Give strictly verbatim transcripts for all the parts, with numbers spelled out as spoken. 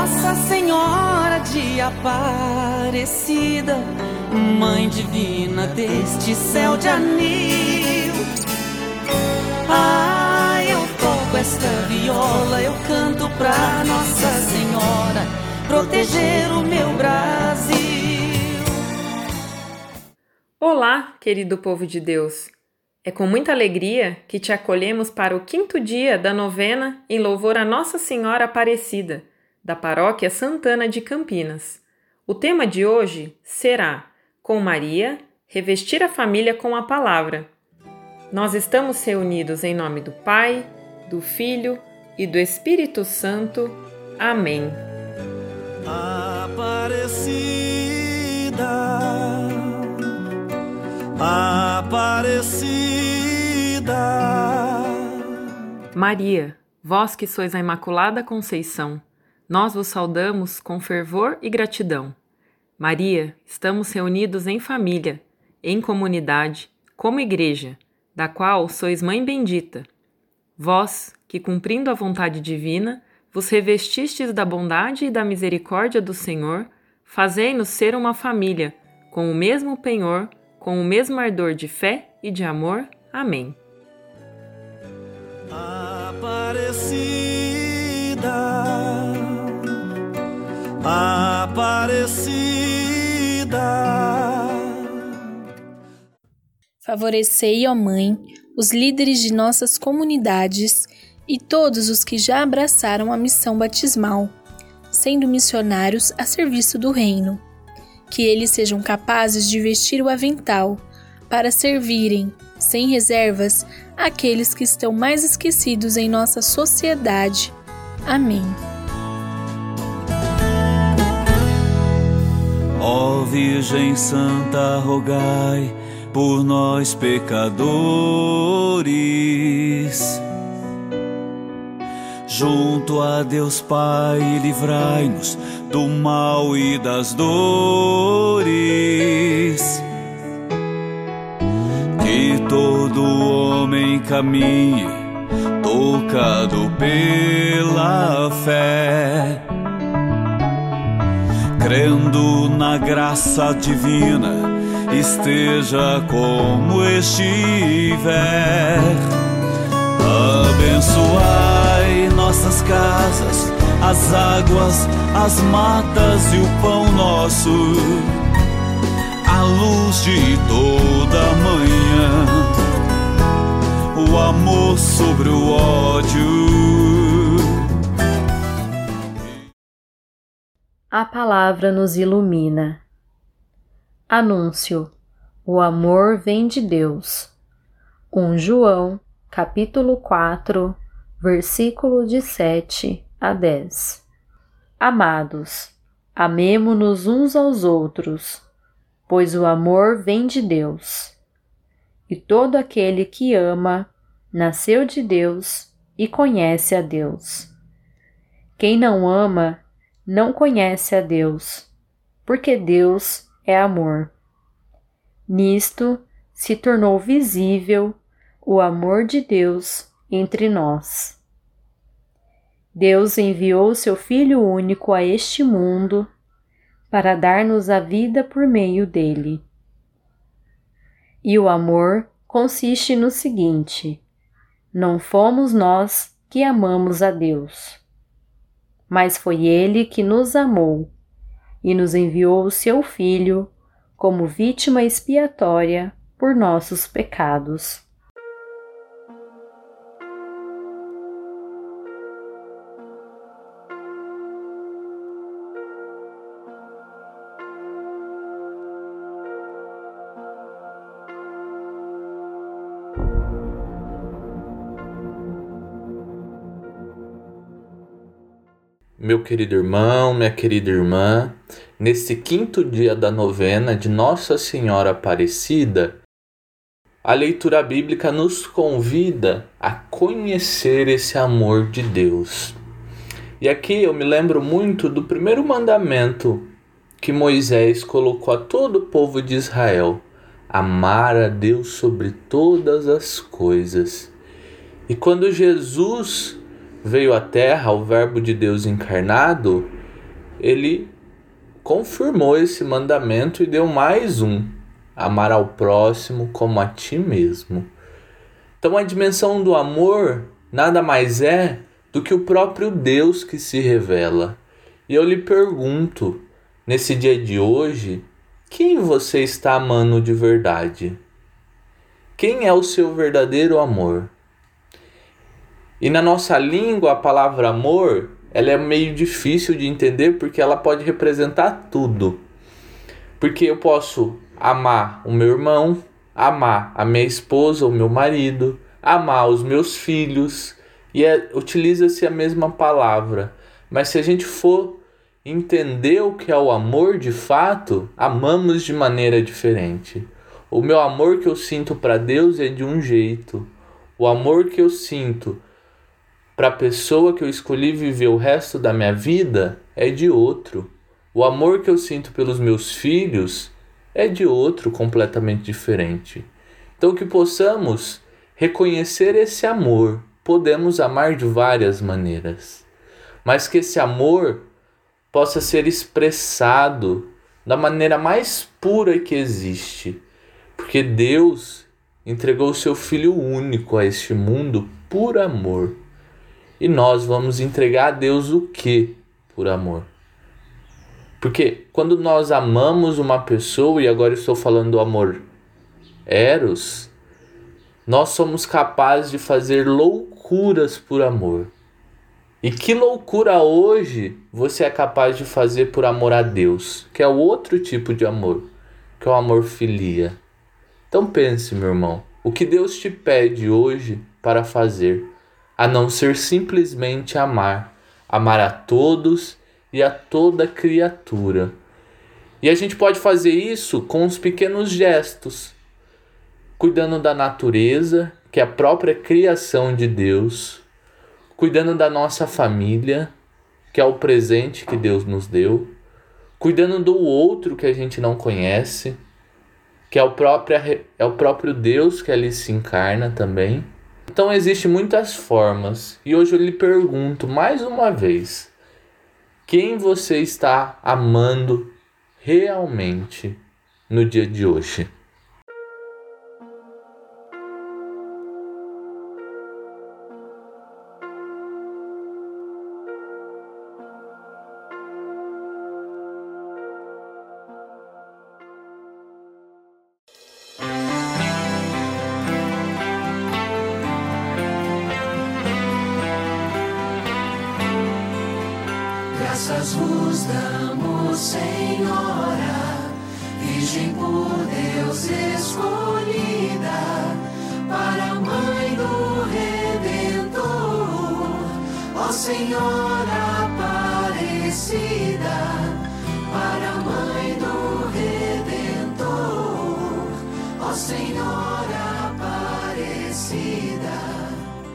Nossa Senhora de Aparecida, Mãe Divina deste céu de anil. Ah, eu toco esta viola, eu canto pra Nossa Senhora proteger o meu Brasil. Olá, querido povo de Deus! É com muita alegria que te acolhemos para o quinto dia da novena em louvor a Nossa Senhora Aparecida, da Paróquia Santana de Campinas. O tema de hoje será, com Maria, revestir a família com a palavra. Nós estamos reunidos em nome do Pai, do Filho e do Espírito Santo. Amém. Aparecida, Aparecida. Maria, vós que sois a Imaculada Conceição, nós vos saudamos com fervor e gratidão. Maria, estamos reunidos em família, em comunidade, como igreja, da qual sois Mãe bendita. Vós, que cumprindo a vontade divina, vos revestistes da bondade e da misericórdia do Senhor, fazei-nos ser uma família, com o mesmo penhor, com o mesmo ardor de fé e de amor. Amém. Aparecida, Aparecida. Favorecei, ó Mãe, os líderes de nossas comunidades e todos os que já abraçaram a missão batismal, sendo missionários a serviço do Reino. Que eles sejam capazes de vestir o avental para servirem, sem reservas, aqueles que estão mais esquecidos em nossa sociedade. Amém. Ó Virgem Santa, rogai por nós pecadores. Junto a Deus Pai, livrai-nos do mal e das dores. Que todo homem caminhe, tocado pela fé, crendo na graça divina, esteja como estiver. Abençoai nossas casas, as águas, as matas e o pão nosso, a luz de toda manhã, o amor sobre o ódio. A palavra nos ilumina. Anúncio: o amor vem de Deus. Primeiro João, capítulo quatro, versículo de sete a dez. Amados, amemo-nos uns aos outros, pois o amor vem de Deus. E todo aquele que ama, nasceu de Deus e conhece a Deus. Quem não ama, não conhece a Deus, porque Deus é amor. Nisto se tornou visível o amor de Deus entre nós. Deus enviou seu Filho único a este mundo para dar-nos a vida por meio dele. E o amor consiste no seguinte: não fomos nós que amamos a Deus, mas foi Ele que nos amou e nos enviou o seu Filho como vítima expiatória por nossos pecados. Meu querido irmão, minha querida irmã, nesse quinto dia da novena de Nossa Senhora Aparecida, a leitura bíblica nos convida a conhecer esse amor de Deus. E aqui eu me lembro muito do primeiro mandamento que Moisés colocou a todo o povo de Israel: amar a Deus sobre todas as coisas. E quando Jesus veio à Terra, o Verbo de Deus encarnado, ele confirmou esse mandamento e deu mais um: amar ao próximo como a ti mesmo. Então a dimensão do amor nada mais é do que o próprio Deus que se revela. E eu lhe pergunto, nesse dia de hoje, quem você está amando de verdade? Quem é o seu verdadeiro amor? E na nossa língua, a palavra amor, ela é meio difícil de entender porque ela pode representar tudo. Porque eu posso amar o meu irmão, amar a minha esposa, o meu marido, amar os meus filhos, e é, utiliza-se a mesma palavra. Mas se a gente for entender o que é o amor de fato, amamos de maneira diferente. O meu amor que eu sinto para Deus é de um jeito. O amor que eu sinto para a pessoa que eu escolhi viver o resto da minha vida é de outro. O amor que eu sinto pelos meus filhos é de outro, completamente diferente. Então que possamos reconhecer esse amor. Podemos amar de várias maneiras, mas que esse amor possa ser expressado da maneira mais pura que existe, porque Deus entregou o seu Filho único a este mundo por amor. E nós vamos entregar a Deus o que por amor? Porque quando nós amamos uma pessoa, e agora estou falando do amor eros, nós somos capazes de fazer loucuras por amor. E que loucura hoje você é capaz de fazer por amor a Deus, que é o outro tipo de amor, que é o amor filia. Então pense, meu irmão, o que Deus te pede hoje para fazer, a não ser simplesmente amar, amar a todos e a toda criatura. E a gente pode fazer isso com os pequenos gestos, cuidando da natureza, que é a própria criação de Deus, cuidando da nossa família, que é o presente que Deus nos deu, cuidando do outro que a gente não conhece, que é o próprio, é o próprio Deus que ali se encarna também. Então existem muitas formas, e hoje eu lhe pergunto mais uma vez, quem você está amando realmente no dia de hoje? Graças vos damos, Senhora, Virgem por Deus escolhida, para a Mãe do Redentor, ó Senhora Aparecida, para a Mãe do Redentor, ó Senhora Aparecida.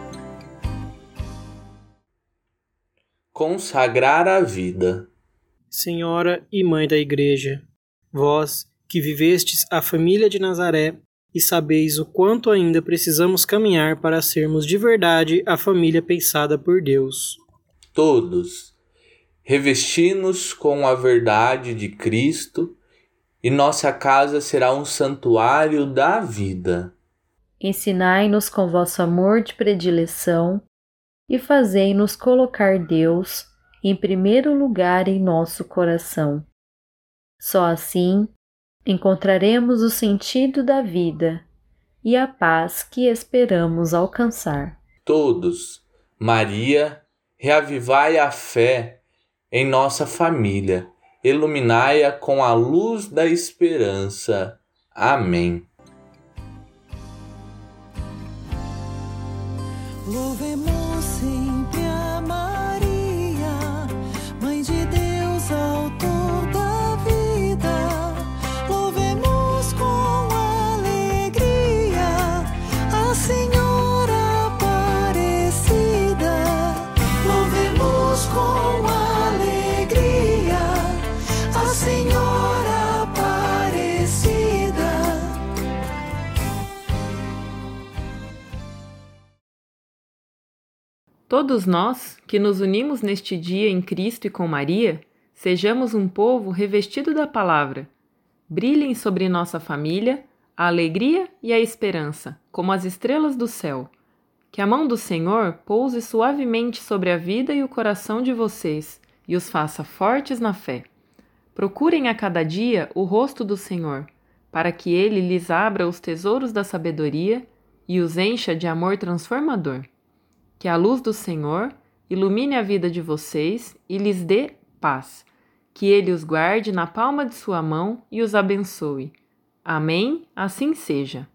Consagrar a vida. Senhora e Mãe da Igreja, vós que vivestes a família de Nazaré e sabeis o quanto ainda precisamos caminhar para sermos de verdade a família pensada por Deus. Todos, revesti-nos com a verdade de Cristo e nossa casa será um santuário da vida. Ensinai-nos com vosso amor de predileção e fazei-nos colocar Deus em primeiro lugar em nosso coração. Só assim encontraremos o sentido da vida e a paz que esperamos alcançar. Todos, Maria, reavivai a fé em nossa família, iluminai-a com a luz da esperança. Amém. Louvemos sempre a Maria, Mãe de Deus, autor da vida. Louvemos com alegria a Senhora Aparecida. Louvemos com alegria a Senhora Aparecida. Todos nós, que nos unimos neste dia em Cristo e com Maria, Sejamos um povo revestido da palavra. Brilhem sobre nossa família a alegria e a esperança, como as estrelas do céu. Que a mão do Senhor pouse suavemente sobre a vida e o coração de vocês e os faça fortes na fé. Procurem a cada dia o rosto do Senhor, para que Ele lhes abra os tesouros da sabedoria e os encha de amor transformador. Que a luz do Senhor ilumine a vida de vocês e lhes dê paz. Que Ele os guarde na palma de sua mão e os abençoe. Amém, assim seja.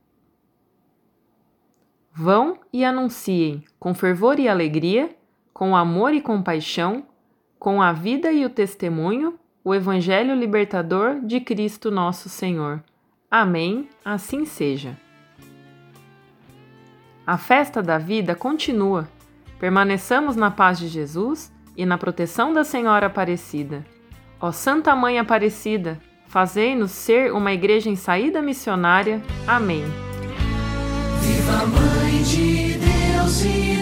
Vão e anunciem, com fervor e alegria, com amor e compaixão, com a vida e o testemunho, o Evangelho libertador de Cristo nosso Senhor. Amém, assim seja. A festa da vida continua. Permaneçamos na paz de Jesus e na proteção da Senhora Aparecida. Ó Santa Mãe Aparecida, fazei-nos ser uma igreja em saída missionária. Amém. Viva a Mãe de Deus e